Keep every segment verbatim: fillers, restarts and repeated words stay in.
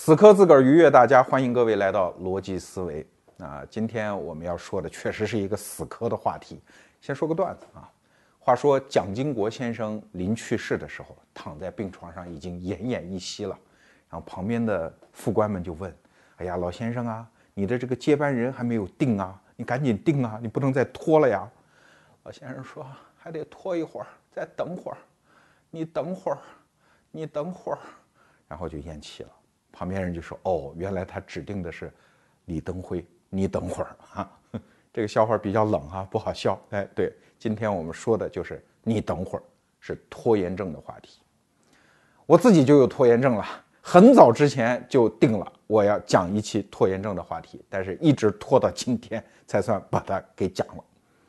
死磕自个儿愉悦大家，欢迎各位来到逻辑思维啊！今天我们要说的确实是一个死磕的话题。先说个段子啊，话说蒋经国先生临去世的时候，躺在病床上已经奄奄一息了，然后旁边的副官们就问：“哎呀，老先生啊，你的这个接班人还没有定啊，你赶紧定啊，你不能再拖了呀！”老先生说：“还得拖一会儿，再等会儿，你等会儿，你等会儿。”然后就咽气了。旁边人就说：“哦，原来他指定的是李登辉，你等会儿啊。”这个笑话比较冷啊，不好笑。哎，对，今天我们说的就是你等会儿，是拖延症的话题。我自己就有拖延症了，很早之前就定了我要讲一期拖延症的话题，但是一直拖到今天才算把它给讲了。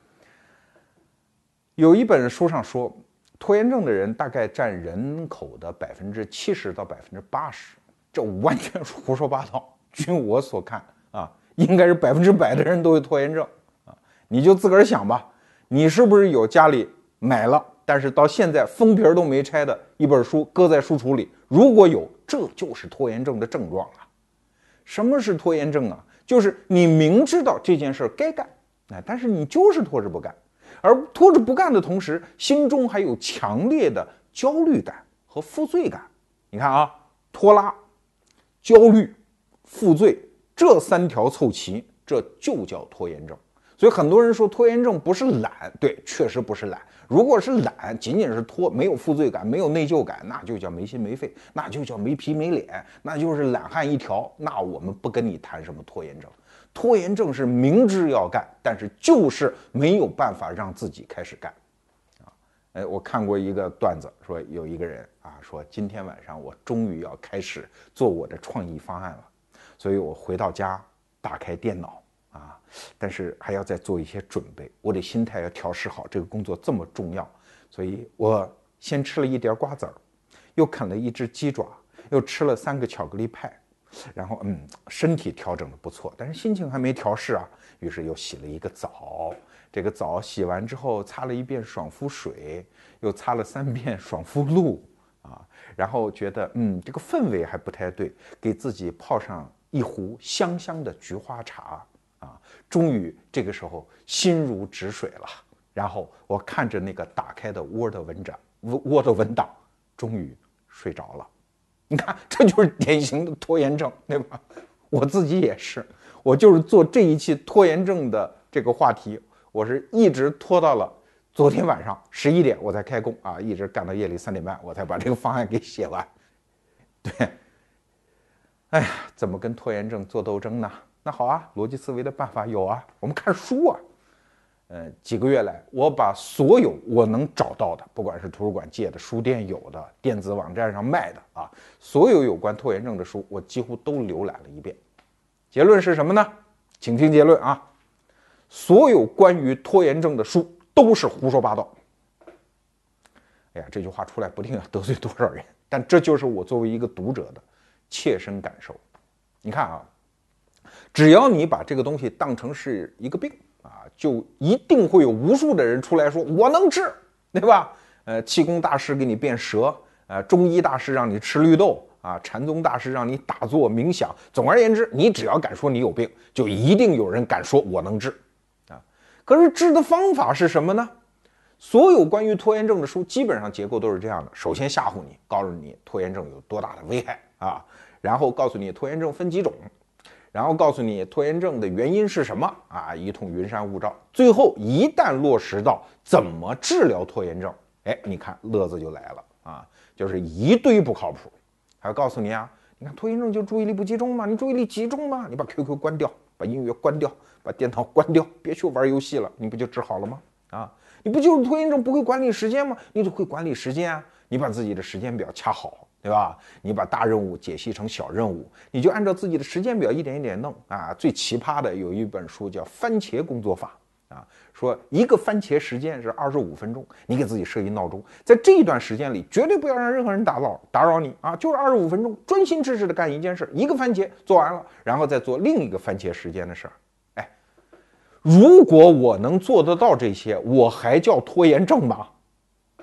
有一本书上说，拖延症的人大概占人口的百分之七十到百分之八十。这完全是胡说八道。据我所看啊，应该是百分之百的人都有拖延症啊。你就自个儿想吧，你是不是有家里买了，但是到现在封皮都没拆的一本书搁在书橱里？如果有，这就是拖延症的症状啊。什么是拖延症啊？就是你明知道这件事该干，哎，但是你就是拖着不干，而拖着不干的同时，心中还有强烈的焦虑感和负罪感。你看啊，拖拉、焦虑、负罪，这三条凑齐，这就叫拖延症。所以很多人说拖延症不是懒，对，确实不是懒。如果是懒，仅仅是拖，没有负罪感，没有内疚感，那就叫没心没肺，那就叫没皮没脸，那就是懒汉一条。那我们不跟你谈什么拖延症。拖延症是明知要干，但是就是没有办法让自己开始干。哎，我看过一个段子，说有一个人啊，说今天晚上我终于要开始做我的创意方案了，所以我回到家打开电脑啊，但是还要再做一些准备，我的心态要调试好，这个工作这么重要，所以我先吃了一碟瓜子儿，又啃了一只鸡爪，又吃了三个巧克力派，然后嗯，身体调整的不错，但是心情还没调试啊，于是又洗了一个澡。这个澡洗完之后，擦了一遍爽肤水，又擦了三遍爽肤露啊，然后觉得嗯，这个氛围还不太对，给自己泡上一壶香香的菊花茶啊，终于这个时候心如止水了。然后我看着那个打开的 Word 文档，Word 文档，终于睡着了。你看，这就是典型的拖延症，对吧？我自己也是，我就是做这一期拖延症的这个话题。我是一直拖到了昨天晚上十一点我才开工啊，一直干到夜里三点半我才把这个方案给写完。对，哎呀，怎么跟拖延症做斗争呢？那好啊，逻辑思维的办法有啊，我们看书啊。呃，几个月来，我把所有我能找到的，不管是图书馆借的、书店有的、电子网站上卖的啊，所有有关拖延症的书，我几乎都浏览了一遍。结论是什么呢？请听结论啊。所有关于拖延症的书都是胡说八道。哎呀，这句话出来不定要得罪多少人，但这就是我作为一个读者的切身感受。你看啊，只要你把这个东西当成是一个病啊，就一定会有无数的人出来说我能治，对吧？呃，气功大师给你变蛇，呃，中医大师让你吃绿豆啊，禅宗大师让你打坐冥想。总而言之，你只要敢说你有病，就一定有人敢说我能治。可是治的方法是什么呢？所有关于拖延症的书基本上结构都是这样的：首先吓唬你，告诉你拖延症有多大的危害啊，然后告诉你拖延症分几种，然后告诉你拖延症的原因是什么啊，一通云山雾罩。最后一旦落实到怎么治疗拖延症，哎，你看乐子就来了啊，就是一堆不靠谱。还要告诉你啊，你看拖延症就注意力不集中嘛，你注意力集中嘛，你把 Q Q 关掉，把音乐关掉，把电脑关掉，别去玩游戏了，你不就治好了吗？啊，你不就是拖延症不会管理时间吗？你就会管理时间啊，你把自己的时间表掐好，对吧？你把大任务解析成小任务，你就按照自己的时间表一点一点弄啊。最奇葩的有一本书叫《番茄工作法》啊，说一个番茄时间是二十五分钟，你给自己设一闹钟，在这一段时间里绝对不要让任何人打扰打扰你啊，就是二十五分钟，专心致志的干一件事，一个番茄做完了，然后再做另一个番茄时间的事儿。哎，如果我能做得到这些，我还叫拖延症吗？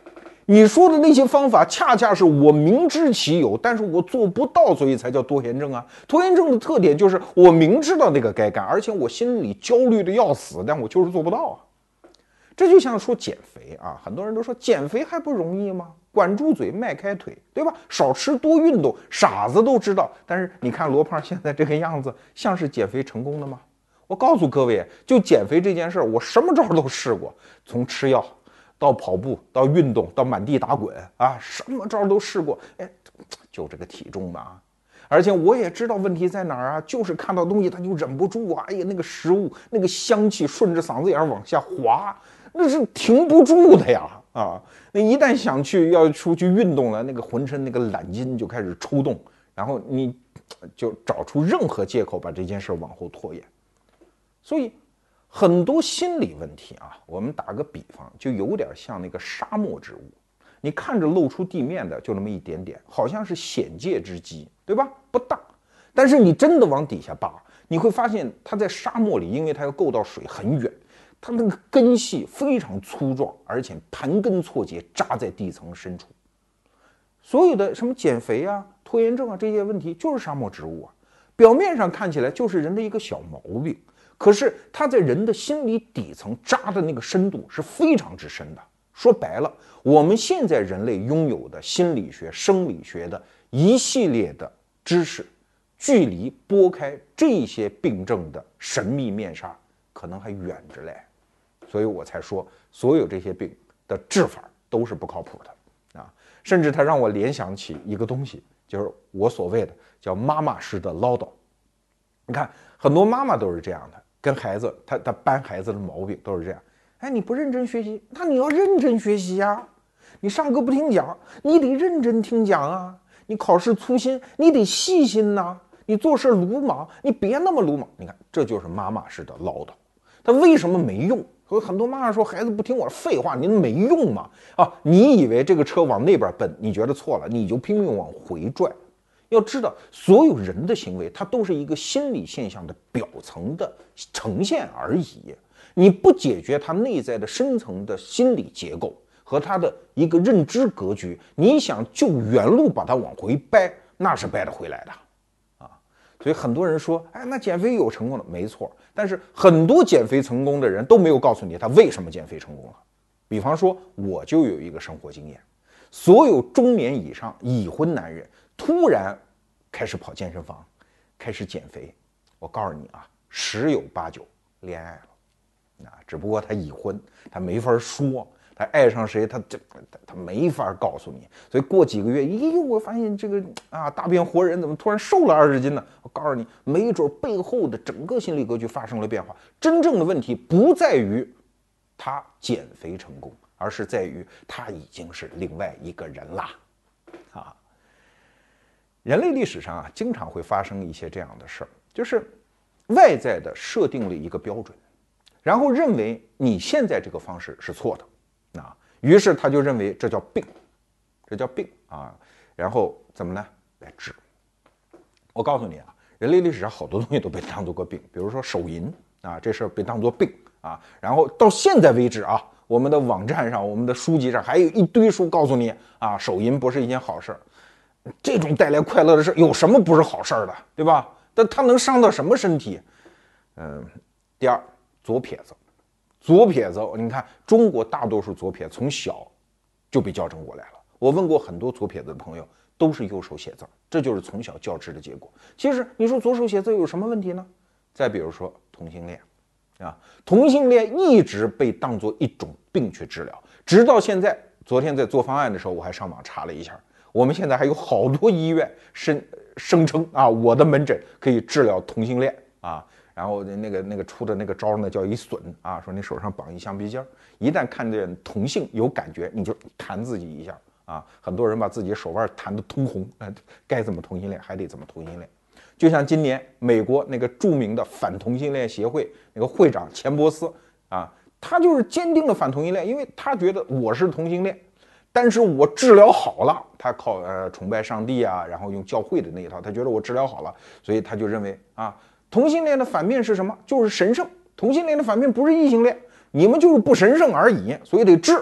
你说的那些方法，恰恰是我明知其有，但是我做不到，所以才叫拖延症啊。拖延症的特点就是我明知道那个该干，而且我心里焦虑的要死，但我就是做不到啊。这就像说减肥啊，很多人都说减肥还不容易吗？管住嘴，迈开腿，对吧？少吃多运动，傻子都知道。但是你看罗胖现在这个样子，像是减肥成功的吗？我告诉各位，就减肥这件事儿，我什么招都试过，从吃药到跑步，到运动，到满地打滚啊，什么招都试过，哎，就这个体重嘛。而且我也知道问题在哪儿啊，就是看到东西他就忍不住啊，哎呀，那个食物那个香气顺着嗓子眼往下滑，那是停不住的呀啊！那一旦想去要出去运动了，那个浑身那个懒筋就开始抽动，然后你就找出任何借口把这件事往后拖延。所以很多心理问题啊，我们打个比方，就有点像那个沙漠之物。你看着露出地面的就那么一点点，好像是显界之机，对吧？不大，但是你真的往底下扒，你会发现它在沙漠里，因为它要够到水很远，它那个根系非常粗壮，而且盘根错节，扎在地层深处。所有的什么减肥啊、拖延症啊这些问题，就是沙漠植物啊。表面上看起来就是人的一个小毛病，可是它在人的心理底层扎的那个深度是非常之深的。说白了，我们现在人类拥有的心理学、生理学的一系列的知识，距离拨开这些病症的神秘面纱，可能还远着嘞。所以我才说，所有这些病的治法都是不靠谱的啊！甚至它让我联想起一个东西，就是我所谓的叫妈妈式的唠叨。你看，很多妈妈都是这样的，跟孩子，她她搬孩子的毛病都是这样。哎，你不认真学习，那你要认真学习呀！你上课不听讲，你得认真听讲啊！你考试粗心，你得细心呐！你做事鲁莽，你别那么鲁莽。你看，这就是妈妈式的唠叨。他为什么没用？所以很多妈妈说孩子不听我，废话，您没用嘛！啊，你以为这个车往那边奔，你觉得错了，你就拼命往回拽。要知道，所有人的行为，它都是一个心理现象的表层的呈现而已。你不解决他内在的深层的心理结构和他的一个认知格局，你想就原路把它往回掰，那是掰得回来的啊。所以很多人说，哎，那减肥有成功的，没错。但是很多减肥成功的人都没有告诉你他为什么减肥成功了。比方说，我就有一个生活经验，所有中年以上已婚男人突然开始跑健身房，开始减肥，我告诉你啊，十有八九恋爱了。啊，只不过他已婚，他没法说，他爱上谁，他这他他没法告诉你。所以过几个月，咦，我发现这个啊大变活人怎么突然瘦了二十斤呢？我告诉你，没准背后的整个心理格局发生了变化。真正的问题不在于他减肥成功，而是在于他已经是另外一个人啦。啊，人类历史上啊，经常会发生一些这样的事儿，就是外在的设定了一个标准。然后认为你现在这个方式是错的，啊，于是他就认为这叫病，这叫病啊，然后怎么呢？来治。我告诉你啊，人类历史上好多东西都被当作过病，比如说手淫啊，这事儿被当作病啊，然后到现在为止啊，我们的网站上、我们的书籍上还有一堆书告诉你啊，手淫不是一件好事儿，这种带来快乐的事有什么不是好事儿的，对吧？但它能伤到什么身体？嗯，第二。左撇子，左撇子，你看中国大多数左撇从小就被校正过来了。我问过很多左撇子的朋友，都是右手写字，这就是从小教治的结果。其实你说左手写字有什么问题呢？再比如说同性恋，啊，同性恋一直被当作一种病去治疗，直到现在。昨天在做方案的时候，我还上网查了一下，我们现在还有好多医院声声称啊，我的门诊可以治疗同性恋啊。然后那个那个出的那个招呢，叫一损啊，说你手上绑一橡皮筋儿，一旦看见同性有感觉，你就弹自己一下啊。很多人把自己手腕弹得通红，呃，该怎么同性恋还得怎么同性恋。就像今年美国那个著名的反同性恋协会那个会长钱伯斯啊，他就是坚定的反同性恋，因为他觉得我是同性恋，但是我治疗好了，他靠呃崇拜上帝啊，然后用教会的那一套，他觉得我治疗好了，所以他就认为啊。同性恋的反面是什么？就是神圣。同性恋的反面不是异性恋，你们就是不神圣而已，所以得治。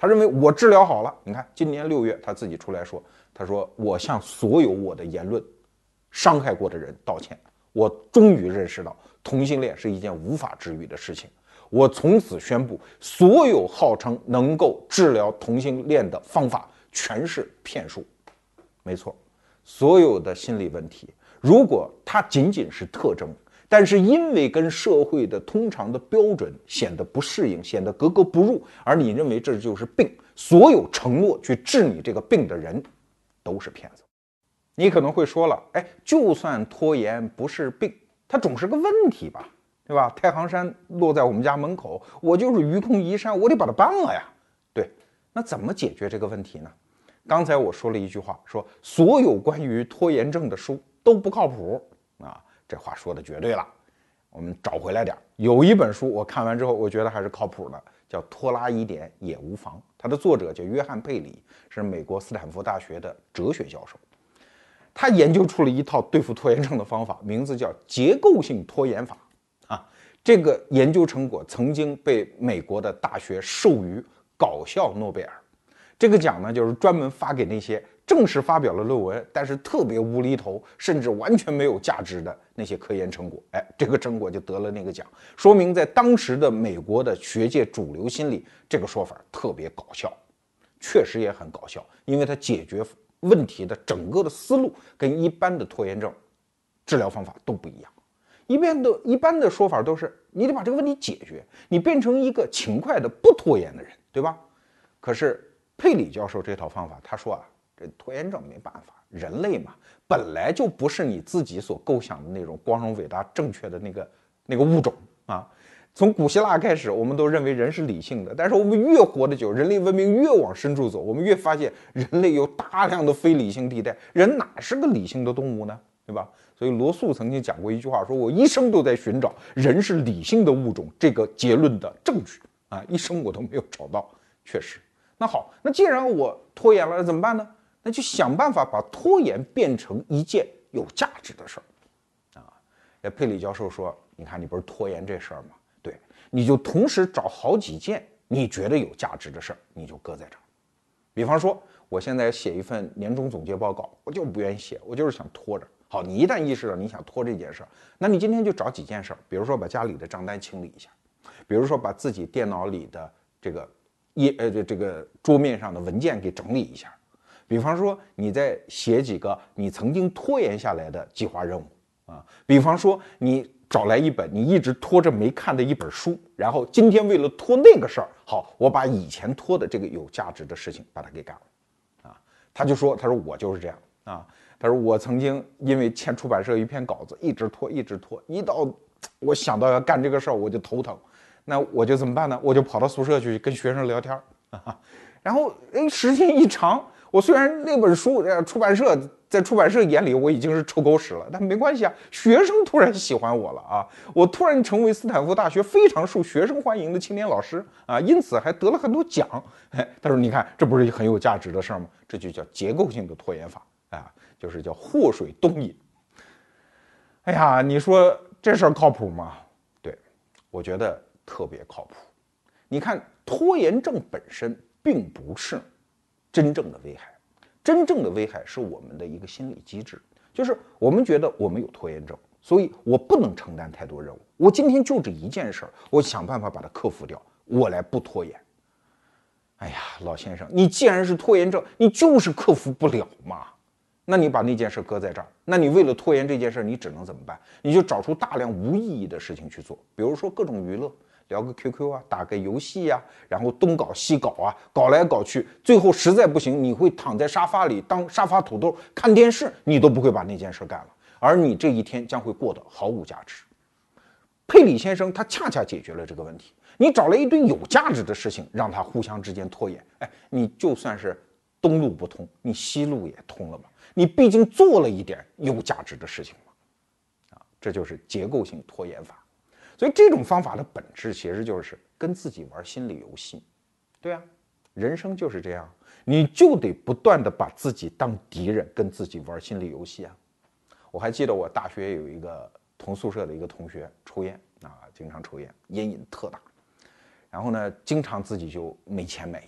他认为我治疗好了。你看，今年六月他自己出来说，他说我向所有我的言论伤害过的人道歉，我终于认识到同性恋是一件无法治愈的事情。我从此宣布，所有号称能够治疗同性恋的方法全是骗术。没错，所有的心理问题，如果它仅仅是特征，但是因为跟社会的通常的标准显得不适应，显得格格不入，而你认为这就是病，所有承诺去治你这个病的人都是骗子。你可能会说了，哎，就算拖延不是病，它总是个问题吧，对吧？太行山落在我们家门口，我就是愚公移山，我得把它搬了呀。对，那怎么解决这个问题呢？刚才我说了一句话，说所有关于拖延症的书都不靠谱啊，这话说的绝对了。我们找回来点，有一本书我看完之后，我觉得还是靠谱的，叫《拖拉一点也无妨》，它的作者叫约翰·佩里，是美国斯坦福大学的哲学教授。他研究出了一套对付拖延症的方法，名字叫结构性拖延法啊。这个研究成果曾经被美国的大学授予搞笑诺贝尔。这个奖呢，就是专门发给那些正式发表了论文，但是特别无厘头，甚至完全没有价值的那些科研成果。哎，这个成果就得了那个奖，说明在当时的美国的学界主流心里，这个说法特别搞笑，确实也很搞笑，因为它解决问题的整个的思路跟一般的拖延症治疗方法都不一样。一般的一般的说法都是你得把这个问题解决，你变成一个勤快的不拖延的人，对吧？可是佩里教授这套方法，他说啊，这拖延症没办法，人类嘛，本来就不是你自己所构想的那种光荣伟大正确的那个那个物种啊。从古希腊开始，我们都认为人是理性的，但是我们越活得久，人类文明越往深处走，我们越发现人类有大量的非理性地带，人哪是个理性的动物呢？对吧？所以罗素曾经讲过一句话，说我一生都在寻找人是理性的物种这个结论的证据啊，一生我都没有找到。确实，那好，那既然我拖延了，那怎么办呢？那就想办法把拖延变成一件有价值的事儿啊。那佩里教授说，你看你不是拖延这事儿吗？对，你就同时找好几件你觉得有价值的事儿，你就搁在这儿。比方说，我现在写一份年终总结报告，我就不愿意写，我就是想拖着。好，你一旦意识到你想拖这件事儿，那你今天就找几件事儿，比如说把家里的账单清理一下，比如说把自己电脑里的这个页呃这个桌面上的文件给整理一下，比方说你再写几个你曾经拖延下来的计划任务啊，比方说你找来一本你一直拖着没看的一本书，然后今天为了拖那个事儿，好，我把以前拖的这个有价值的事情把它给干了啊。他就说，他说我就是这样啊。他说我曾经因为欠出版社一篇稿子，一直拖，一直拖，一到我想到要干这个事儿，我就头疼。那我就怎么办呢？我就跑到宿舍去跟学生聊天啊，然后哎，时间一长，我虽然那本书呃出版社在出版社眼里我已经是臭狗屎了，但没关系啊，学生突然喜欢我了啊，我突然成为斯坦福大学非常受学生欢迎的青年老师啊，因此还得了很多奖。哎，他说你看这不是很有价值的事儿吗？这就叫结构性的拖延法啊。就是叫祸水东引。哎呀，你说这事儿靠谱吗？对，我觉得特别靠谱。你看，拖延症本身并不是真正的危害，真正的危害是我们的一个心理机制，就是我们觉得我们有拖延症，所以我不能承担太多任务，我今天就这一件事儿，我想办法把它克服掉，我来不拖延。哎呀，老先生，你既然是拖延症，你就是克服不了嘛。那你把那件事搁在这儿，那你为了拖延这件事，你只能怎么办？你就找出大量无意义的事情去做，比如说各种娱乐，聊个 Q Q 啊，打个游戏呀、啊，然后东搞西搞啊，搞来搞去，最后实在不行，你会躺在沙发里当沙发土豆看电视，你都不会把那件事干了，而你这一天将会过得毫无价值。佩里先生他恰恰解决了这个问题，你找来一堆有价值的事情，让他互相之间拖延，哎，你就算是东路不通，你西路也通了嘛。你毕竟做了一点有价值的事情嘛，啊，这就是结构性拖延法。所以这种方法的本质其实就是跟自己玩心理游戏，对啊，人生就是这样，你就得不断的把自己当敌人，跟自己玩心理游戏啊。我还记得我大学有一个同宿舍的一个同学抽烟啊，经常抽烟，烟瘾特大，然后呢，经常自己就没钱买烟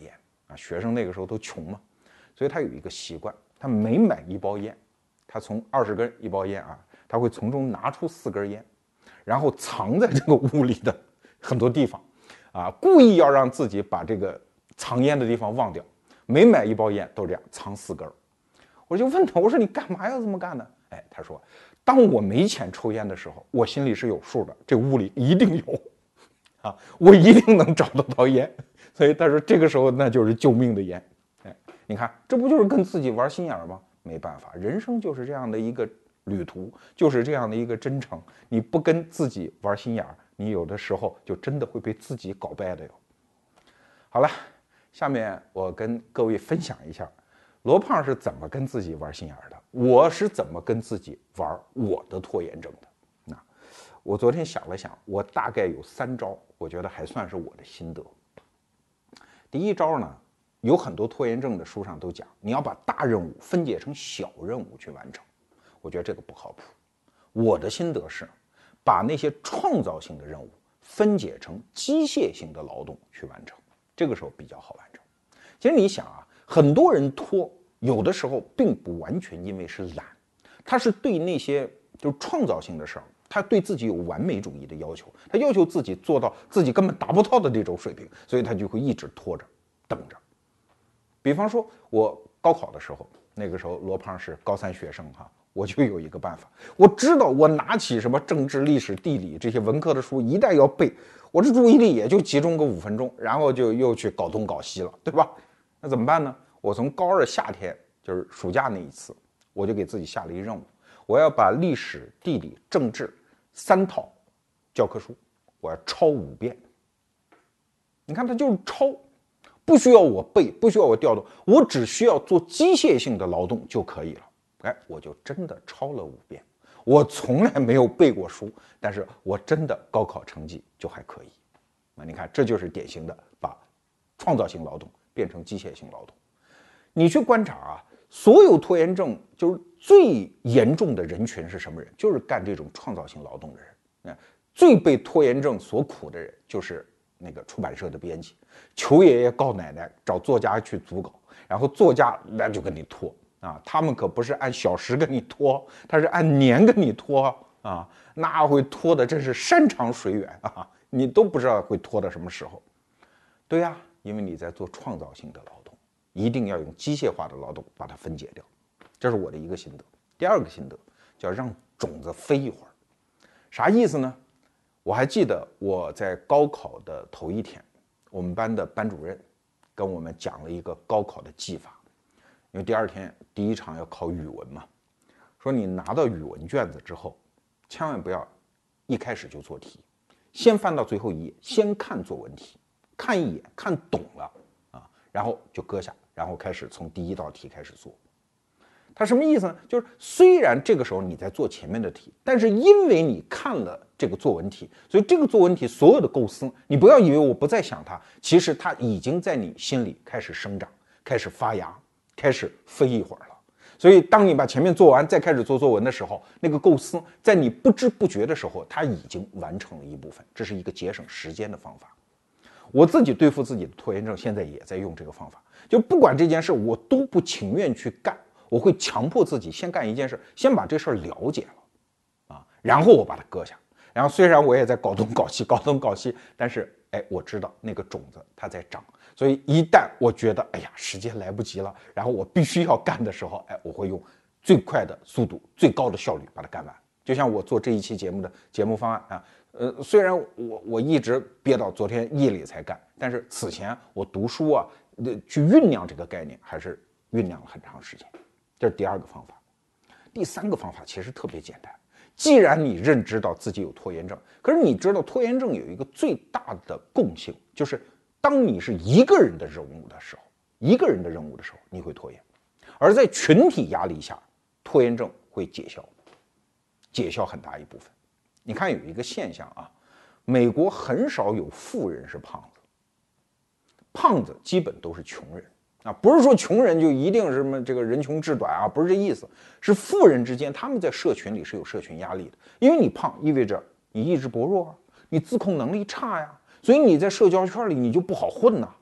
啊，学生那个时候都穷嘛，所以他有一个习惯，他每买一包烟，他从二十根一包烟啊，他会从中拿出四根烟，然后藏在这个屋里的很多地方，啊，故意要让自己把这个藏烟的地方忘掉。每买一包烟都这样藏四根。我就问他，我说你干嘛要这么干呢？哎，他说，当我没钱抽烟的时候，我心里是有数的，这屋里一定有，啊，我一定能找得到烟。所以他说这个时候那就是救命的烟。哎，你看这不就是跟自己玩心眼吗？没办法，人生就是这样的一个旅途，就是这样的一个真诚。你不跟自己玩心眼，你有的时候就真的会被自己搞败的哟。好了，下面我跟各位分享一下罗胖是怎么跟自己玩心眼的，我是怎么跟自己玩我的拖延症的。那我昨天想了想，我大概有三招，我觉得还算是我的心得。第一招呢，有很多拖延症的书上都讲，你要把大任务分解成小任务去完成。我觉得这个不靠谱。我的心得是，把那些创造性的任务分解成机械性的劳动去完成，这个时候比较好完成。其实你想啊，很多人拖，有的时候并不完全因为是懒，他是对那些就是创造性的事儿，他对自己有完美主义的要求，他要求自己做到自己根本达不到的这种水平，所以他就会一直拖着等着。比方说我高考的时候，那个时候罗胖是高三学生哈，我就有一个办法，我知道我拿起什么政治、历史、地理这些文科的书，一旦要背，我这注意力也就集中个五分钟，然后就又去搞东搞西了，对吧？那怎么办呢？我从高二夏天，就是暑假那一次，我就给自己下了一任务，我要把历史、地理、政治三套教科书，我要抄五遍。你看，它就是抄，不需要我背，不需要我调动，我只需要做机械性的劳动就可以了。哎，我就真的抄了五遍。我从来没有背过书，但是我真的高考成绩就还可以。那你看，这就是典型的把创造性劳动变成机械性劳动。你去观察啊，所有拖延症就是最严重的人群是什么人？就是干这种创造性劳动的人。最被拖延症所苦的人就是那个出版社的编辑，求爷爷告奶奶找作家去组稿，然后作家那就跟你拖啊，他们可不是按小时跟你拖，他是按年跟你拖啊，那会拖的真是山长水远啊，你都不知道会拖到什么时候。对呀，因为你在做创造性的劳动，一定要用机械化的劳动把它分解掉，这是我的一个心得。第二个心得叫让种子飞一会儿，啥意思呢？我还记得我在高考的头一天，我们班的班主任跟我们讲了一个高考的技法，因为第二天第一场要考语文嘛，说你拿到语文卷子之后，千万不要一开始就做题，先翻到最后一页，先看作文题，看一眼看懂了啊，然后就搁下，然后开始从第一道题开始做。它什么意思呢？就是虽然这个时候你在做前面的题，但是因为你看了这个作文题，所以这个作文题所有的构思，你不要以为我不再想它，其实它已经在你心里开始生长，开始发芽，开始飞一会儿了。所以当你把前面做完，再开始做作文的时候，那个构思在你不知不觉的时候，它已经完成了一部分。这是一个节省时间的方法。我自己对付自己的拖延症，现在也在用这个方法。就不管这件事我都不情愿去干，我会强迫自己先干一件事，先把这事儿了解了，啊，然后我把它搁下。然后虽然我也在搞东搞西，搞东搞西，但是哎，我知道那个种子它在长。所以一旦我觉得哎呀时间来不及了，然后我必须要干的时候，哎，我会用最快的速度、最高的效率把它干完。就像我做这一期节目的节目方案啊，呃，虽然我我一直憋到昨天夜里才干，但是此前我读书啊，呃，去酝酿这个概念，还是酝酿了很长时间。这是第二个方法。第三个方法其实特别简单，既然你认知到自己有拖延症，可是你知道拖延症有一个最大的共性，就是当你是一个人的任务的时候，一个人的任务的时候，你会拖延；而在群体压力下，拖延症会解消，解消很大一部分。你看有一个现象啊，美国很少有富人是胖子，胖子基本都是穷人。啊，不是说穷人就一定是什么这个人穷志短啊，不是这意思，是富人之间他们在社群里是有社群压力的，因为你胖意味着你意志薄弱啊，你自控能力差呀，所以你在社交圈里你就不好混呐。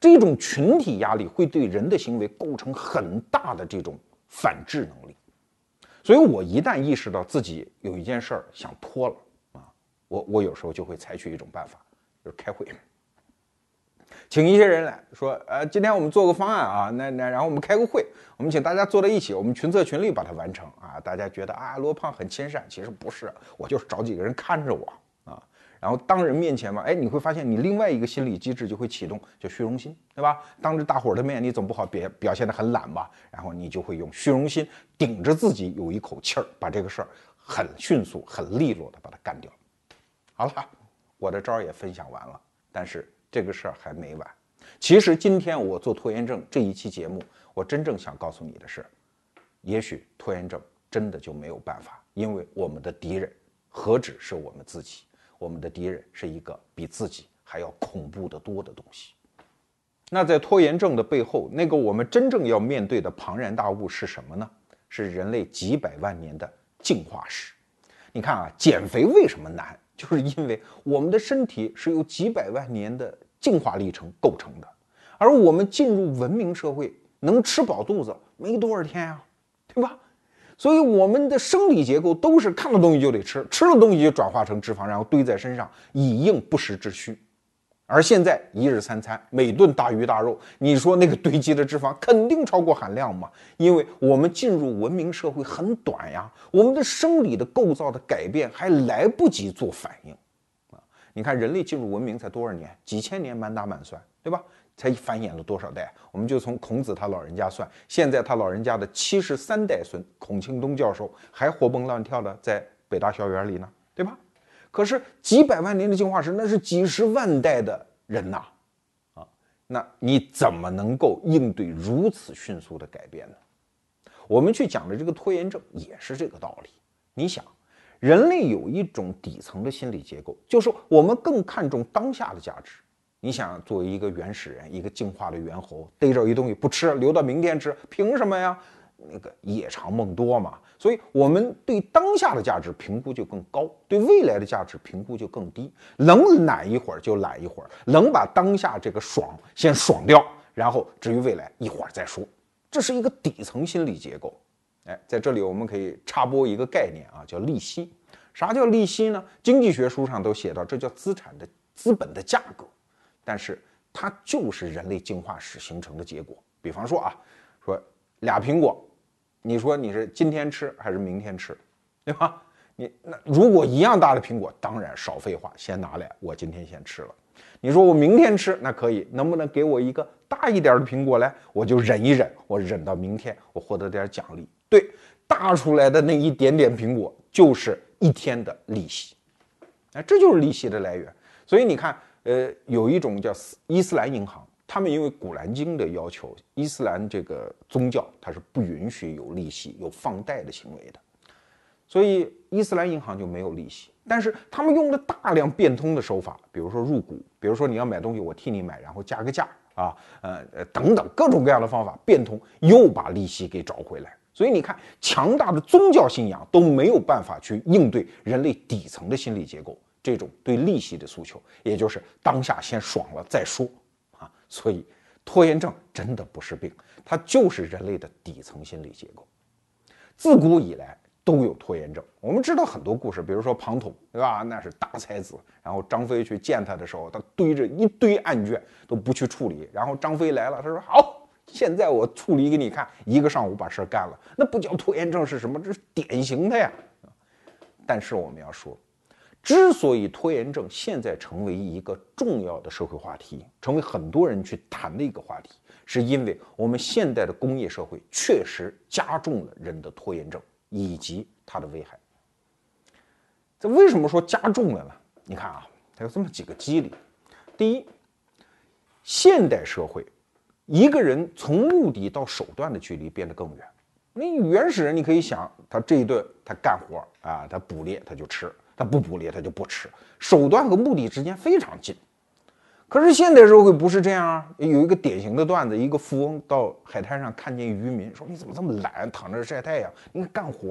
这种群体压力会对人的行为构成很大的这种反制能力。所以我一旦意识到自己有一件事儿想拖了啊，我我有时候就会采取一种办法，就是开会，请一些人来说，呃，今天我们做个方案啊，那那然后我们开个会，我们请大家坐在一起，我们群策群力把它完成啊。大家觉得啊，罗胖很亲善，其实不是，我就是找几个人看着我啊。然后当人面前嘛，哎，你会发现你另外一个心理机制就会启动，叫虚荣心，对吧？当着大伙儿的面，你总不好别表现得很懒吧？然后你就会用虚荣心顶着自己有一口气儿，把这个事儿很迅速、很利落的把它干掉。好了，我的招儿也分享完了，但是这个事儿还没完。其实今天我做拖延症这一期节目，我真正想告诉你的是，也许拖延症真的就没有办法，因为我们的敌人何止是我们自己。我们的敌人是一个比自己还要恐怖得多的东西。那在拖延症的背后，那个我们真正要面对的庞然大物是什么呢？是人类几百万年的进化史。你看啊，减肥为什么难？就是因为我们的身体是由几百万年的进化历程构成的，而我们进入文明社会，能吃饱肚子没多少天啊，对吧？所以我们的生理结构都是看到东西就得吃，吃了东西就转化成脂肪，然后堆在身上，以应不时之需。而现在一日三餐，每顿大鱼大肉，你说那个堆积的脂肪肯定超过含量嘛？因为我们进入文明社会很短呀，我们的生理的构造的改变还来不及做反应啊！你看人类进入文明才多少年？几千年，满打满算，对吧？才繁衍了多少代？我们就从孔子他老人家算，现在他老人家的七十三代孙孔庆东教授还活蹦乱跳的在北大校园里呢，对吧？可是几百万年的进化史，那是几十万代的人呐，啊，那你怎么能够应对如此迅速的改变呢？我们去讲的这个拖延症也是这个道理。你想，人类有一种底层的心理结构，就是我们更看重当下的价值。你想作为一个原始人，一个进化的猿猴，逮着一东西不吃，留到明天吃，凭什么呀？那个夜长梦多嘛。所以我们对当下的价值评估就更高，对未来的价值评估就更低。能懒一会儿就懒一会儿，能把当下这个爽先爽掉，然后至于未来一会儿再说。这是一个底层心理结构。哎，在这里我们可以插播一个概念啊，叫利息。啥叫利息呢？经济学书上都写到，这叫资产的资本的价格。但是它就是人类进化史形成的结果。比方说啊，说俩苹果，你说你是今天吃还是明天吃，对吧？你那如果一样大的苹果，当然少废话，先拿来，我今天先吃了。你说我明天吃，那可以，能不能给我一个大一点的苹果来？我就忍一忍，我忍到明天，我获得点奖励。对，大出来的那一点点苹果就是一天的利息，哎，这就是利息的来源。所以你看。呃，有一种叫伊斯兰银行，他们因为古兰经的要求，伊斯兰这个宗教它是不允许有利息、有放贷的行为的，所以伊斯兰银行就没有利息。但是他们用了大量变通的手法，比如说入股，比如说你要买东西，我替你买，然后加个价啊，呃呃等等各种各样的方法变通，又把利息给找回来。所以你看，强大的宗教信仰都没有办法去应对人类底层的心理结构。这种对利息的诉求，也就是当下先爽了再说啊，所以拖延症真的不是病，它就是人类的底层心理结构。自古以来都有拖延症，我们知道很多故事，比如说庞统，对吧？那是大才子，然后张飞去见他的时候，他堆着一堆案卷都不去处理，然后张飞来了，他说好，现在我处理给你看，一个上午把事干了，那不叫拖延症是什么？这是典型的呀。但是我们要说，之所以拖延症现在成为一个重要的社会话题，成为很多人去谈的一个话题，是因为我们现代的工业社会确实加重了人的拖延症以及它的危害。这为什么说加重了呢？你看啊，它有这么几个机理。第一，现代社会一个人从目的到手段的距离变得更远。那原始人你可以想，他这一顿他干活啊，他捕猎他就吃，他不捕猎他就不吃，手段和目的之间非常近。可是现代社会不是这样啊！有一个典型的段子，一个富翁到海滩上看见渔民，说：“你怎么这么懒，躺着晒太阳？你干活啊！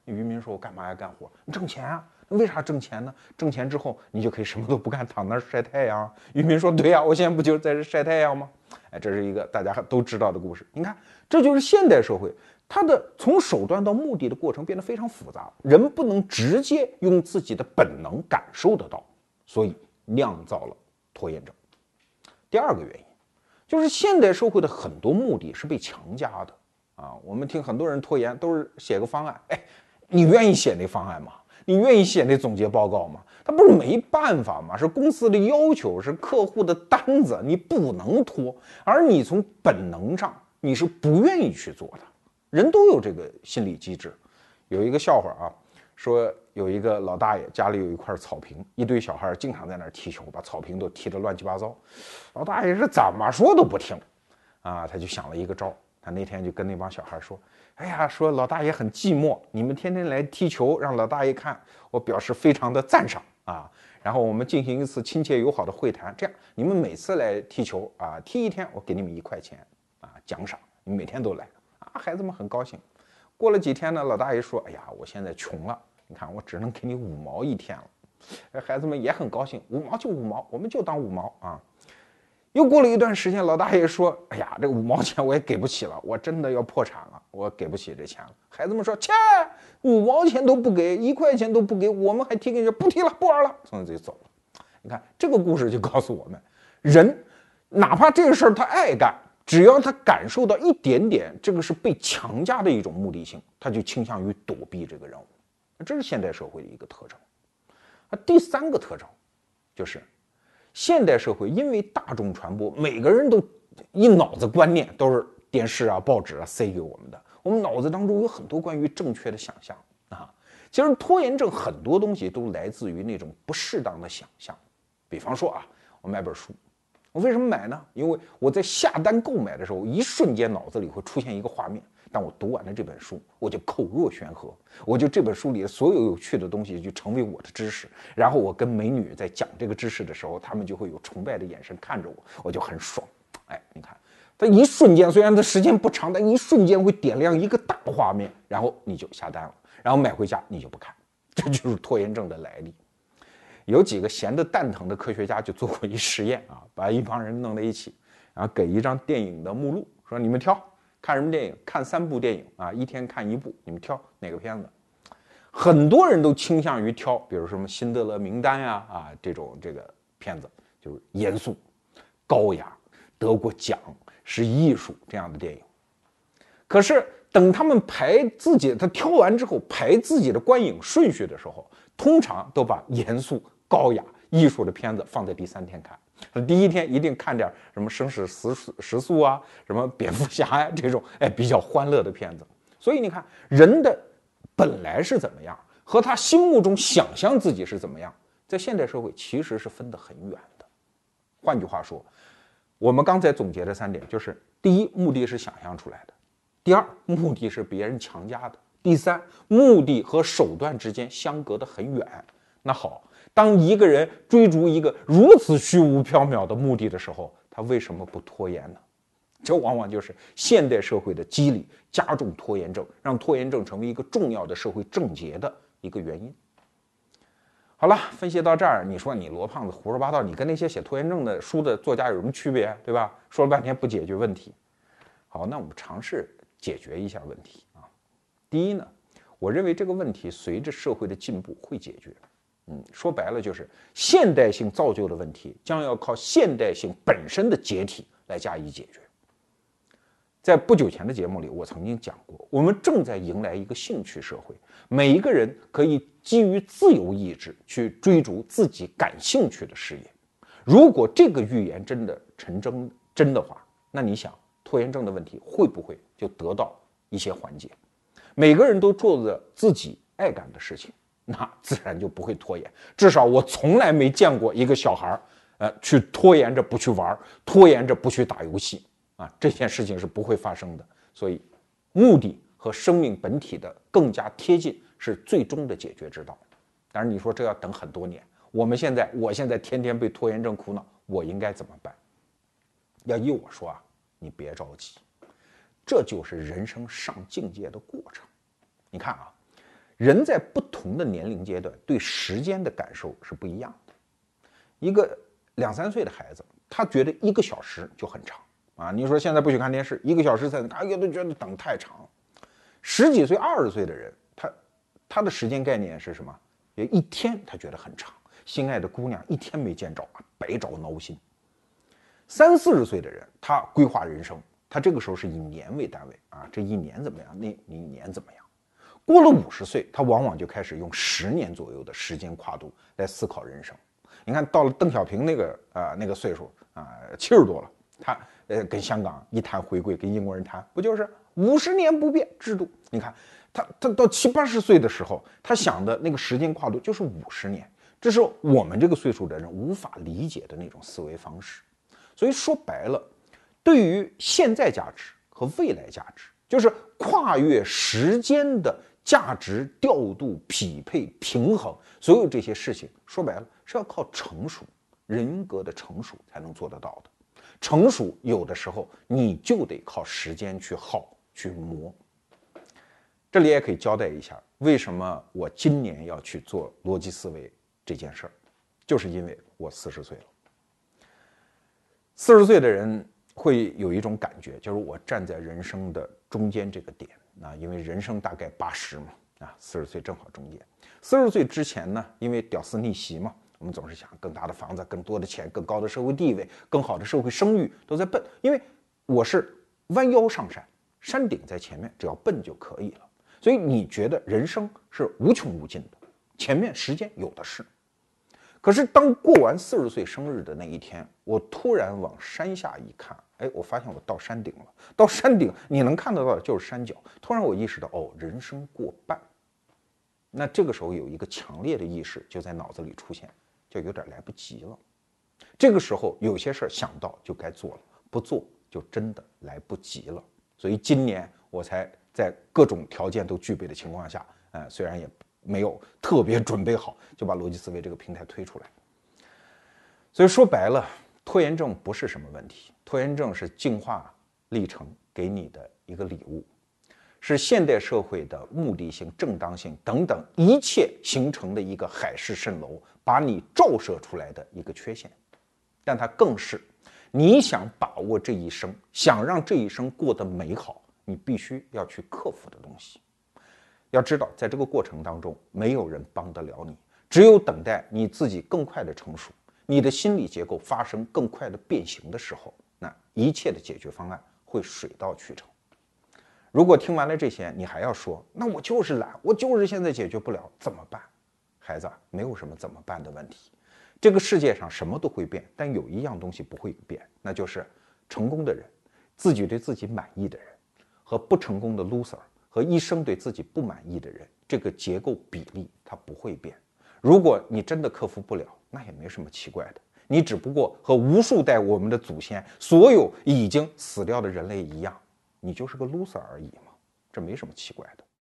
渔民说：“我干嘛要干活？你挣钱啊。那为啥挣钱呢？挣钱之后你就可以什么都不干，躺那儿晒太阳。”渔民说：“对呀、啊，我现在不就是在这晒太阳吗？”哎，这是一个大家都知道的故事。你看，这就是现代社会，它的从手段到目的的过程变得非常复杂，人不能直接用自己的本能感受得到，所以酿造了拖延症。第二个原因就是现代社会的很多目的是被强加的啊。我们听很多人拖延都是写个方案，哎，你愿意写那方案吗？你愿意写那总结报告吗？他不是没办法吗？是公司的要求，是客户的单子，你不能拖。而你从本能上你是不愿意去做的，人都有这个心理机制。有一个笑话啊，说有一个老大爷家里有一块草坪，一堆小孩经常在那儿踢球，把草坪都踢得乱七八糟。老大爷是怎么说都不听啊，他就想了一个招。他那天就跟那帮小孩说：“哎呀，说老大爷很寂寞，你们天天来踢球，让老大爷看，我表示非常的赞赏啊。然后我们进行一次亲切友好的会谈，这样你们每次来踢球啊，踢一天我给你们一块钱啊奖赏，你们每天都来啊。”孩子们很高兴。过了几天呢，老大爷说：“哎呀，我现在穷了，你看我只能给你五毛一天了。”孩子们也很高兴，五毛就五毛，我们就当五毛啊。又过了一段时间，老大爷说：“哎呀，这五毛钱我也给不起了，我真的要破产了，我给不起这钱了。”孩子们说：“切，五毛钱都不给，一块钱都不给，我们还踢给你，不踢了，不玩了。”从此就走了。你看这个故事就告诉我们，人哪怕这个事儿他爱干，只要他感受到一点点这个是被强加的一种目的性，他就倾向于躲避这个任务。这是现代社会的一个特征。那第三个特征就是现代社会因为大众传播，每个人都一脑子观念都是电视啊、报纸啊塞给我们的，我们脑子当中有很多关于正确的想象啊。其实拖延症很多东西都来自于那种不适当的想象。比方说啊，我买本书，我为什么买呢？因为我在下单购买的时候，一瞬间脑子里会出现一个画面。当我读完了这本书，我就口若悬河，我就这本书里的所有有趣的东西就成为我的知识。然后我跟美女在讲这个知识的时候，她们就会有崇拜的眼神看着我，我就很爽。哎，你看，它一瞬间，虽然它时间不长，但一瞬间会点亮一个大画面，然后你就下单了，然后买回家你就不看，这就是拖延症的来历。有几个闲得蛋疼的科学家就做过一实验啊，把一帮人弄在一起，然后给一张电影的目录，说你们挑。看什么电影？看三部电影啊，一天看一部，你们挑哪个片子？很多人都倾向于挑，比如什么《辛德勒名单》呀，啊这种这个片子，就是严肃、高雅、得过奖、是艺术这样的电影。可是等他们排自己，他挑完之后排自己的观影顺序的时候，通常都把严肃、高雅、艺术的片子放在第三天看。第一天一定看点什么生死时时速啊，什么蝙蝠侠呀这种哎比较欢乐的片子。所以你看，人的本来是怎么样，和他心目中想象自己是怎么样，在现代社会其实是分得很远的。换句话说，我们刚才总结的三点就是：第一，目的是想象出来的；第二，目的是别人强加的；第三，目的和手段之间相隔得很远。那好。当一个人追逐一个如此虚无缥缈的目的的时候，他为什么不拖延呢？这往往就是现代社会的机理加重拖延症，让拖延症成为一个重要的社会症结的一个原因。好了，分析到这儿，你说你罗胖子胡说八道，你跟那些写拖延症的书的作家有什么区别，对吧？说了半天不解决问题。好，那我们尝试解决一下问题啊。第一呢，我认为这个问题随着社会的进步会解决。嗯，说白了就是现代性造就的问题，将要靠现代性本身的解体来加以解决。在不久前的节目里，我曾经讲过，我们正在迎来一个兴趣社会，每一个人可以基于自由意志去追逐自己感兴趣的事业。如果这个预言真的成真真的话，那你想，拖延症的问题会不会就得到一些缓解？每个人都做着自己爱干的事情，那自然就不会拖延。至少我从来没见过一个小孩呃，去拖延着不去玩，拖延着不去打游戏啊，这件事情是不会发生的。所以，目的和生命本体的更加贴近是最终的解决之道。当然，你说这要等很多年，我们现在，我现在天天被拖延症苦恼，我应该怎么办？要依我说啊，你别着急，这就是人生上境界的过程。你看啊。 人在不同的年龄阶段对时间的感受是不一样的。一个两三岁的孩子，他觉得一个小时就很长啊。你说现在不许看电视，一个小时才能看，哎呀，都觉得等太长。十几岁、二十岁的人，他他的时间概念是什么？也一天他觉得很长，心爱的姑娘一天没见着啊，白着挠心。三四十岁的人，他规划人生，他这个时候是以年为单位啊，这一年怎么样？那那一年怎么样？过了五十岁，他往往就开始用十年左右的时间跨度来思考人生。你看到了邓小平那个啊、呃、那个岁数啊，七十多了，他呃跟香港一谈回归，跟英国人谈，不就是五十年不变制度？你看他他到七八十岁的时候，他想的那个时间跨度就是五十年，这是我们这个岁数的人无法理解的那种思维方式。所以说白了，对于现在价值和未来价值，就是跨越时间的价值调度、匹配、平衡，所有这些事情，说白了是要靠成熟、人格的成熟才能做得到的。成熟有的时候你就得靠时间去耗、去磨。这里也可以交代一下，为什么我今年要去做逻辑思维这件事儿，就是因为我四十岁了。四十岁的人会有一种感觉，就是我站在人生的中间这个点啊，因为人生大概八十嘛，啊，四十岁正好中间。四十岁之前呢，因为屌丝逆袭嘛，我们总是想更大的房子、更多的钱、更高的社会地位、更好的社会声誉都在奔，因为我是弯腰上山，山顶在前面，只要奔就可以了。所以你觉得人生是无穷无尽的，前面时间有的是。可是当过完四十岁生日的那一天，我突然往山下一看，哎，我发现我到山顶了。到山顶，你能看得到的就是山脚。突然我意识到，哦，人生过半。那这个时候有一个强烈的意识就在脑子里出现，就有点来不及了。这个时候有些事儿想到就该做了，不做就真的来不及了。所以今年我才在各种条件都具备的情况下，呃，虽然也没有特别准备好，就把逻辑思维这个平台推出来。所以说白了，拖延症不是什么问题，拖延症是进化历程给你的一个礼物，是现代社会的目的性、正当性等等一切形成的一个海市蜃楼，把你照射出来的一个缺陷。但它更是你想把握这一生，想让这一生过得美好，你必须要去克服的东西。要知道，在这个过程当中，没有人帮得了你，只有等待你自己更快的成熟，你的心理结构发生更快的变形的时候，那一切的解决方案会水到渠成。如果听完了这些，你还要说，那我就是懒，我就是现在解决不了，怎么办？孩子，没有什么怎么办的问题。这个世界上什么都会变，但有一样东西不会变，那就是成功的人，自己对自己满意的人，和不成功的 loser。和一生对自己不满意的人，这个结构比例它不会变。如果你真的克服不了，那也没什么奇怪的，你只不过和无数代我们的祖先，所有已经死掉的人类一样，你就是个 loser 而已嘛，这没什么奇怪的。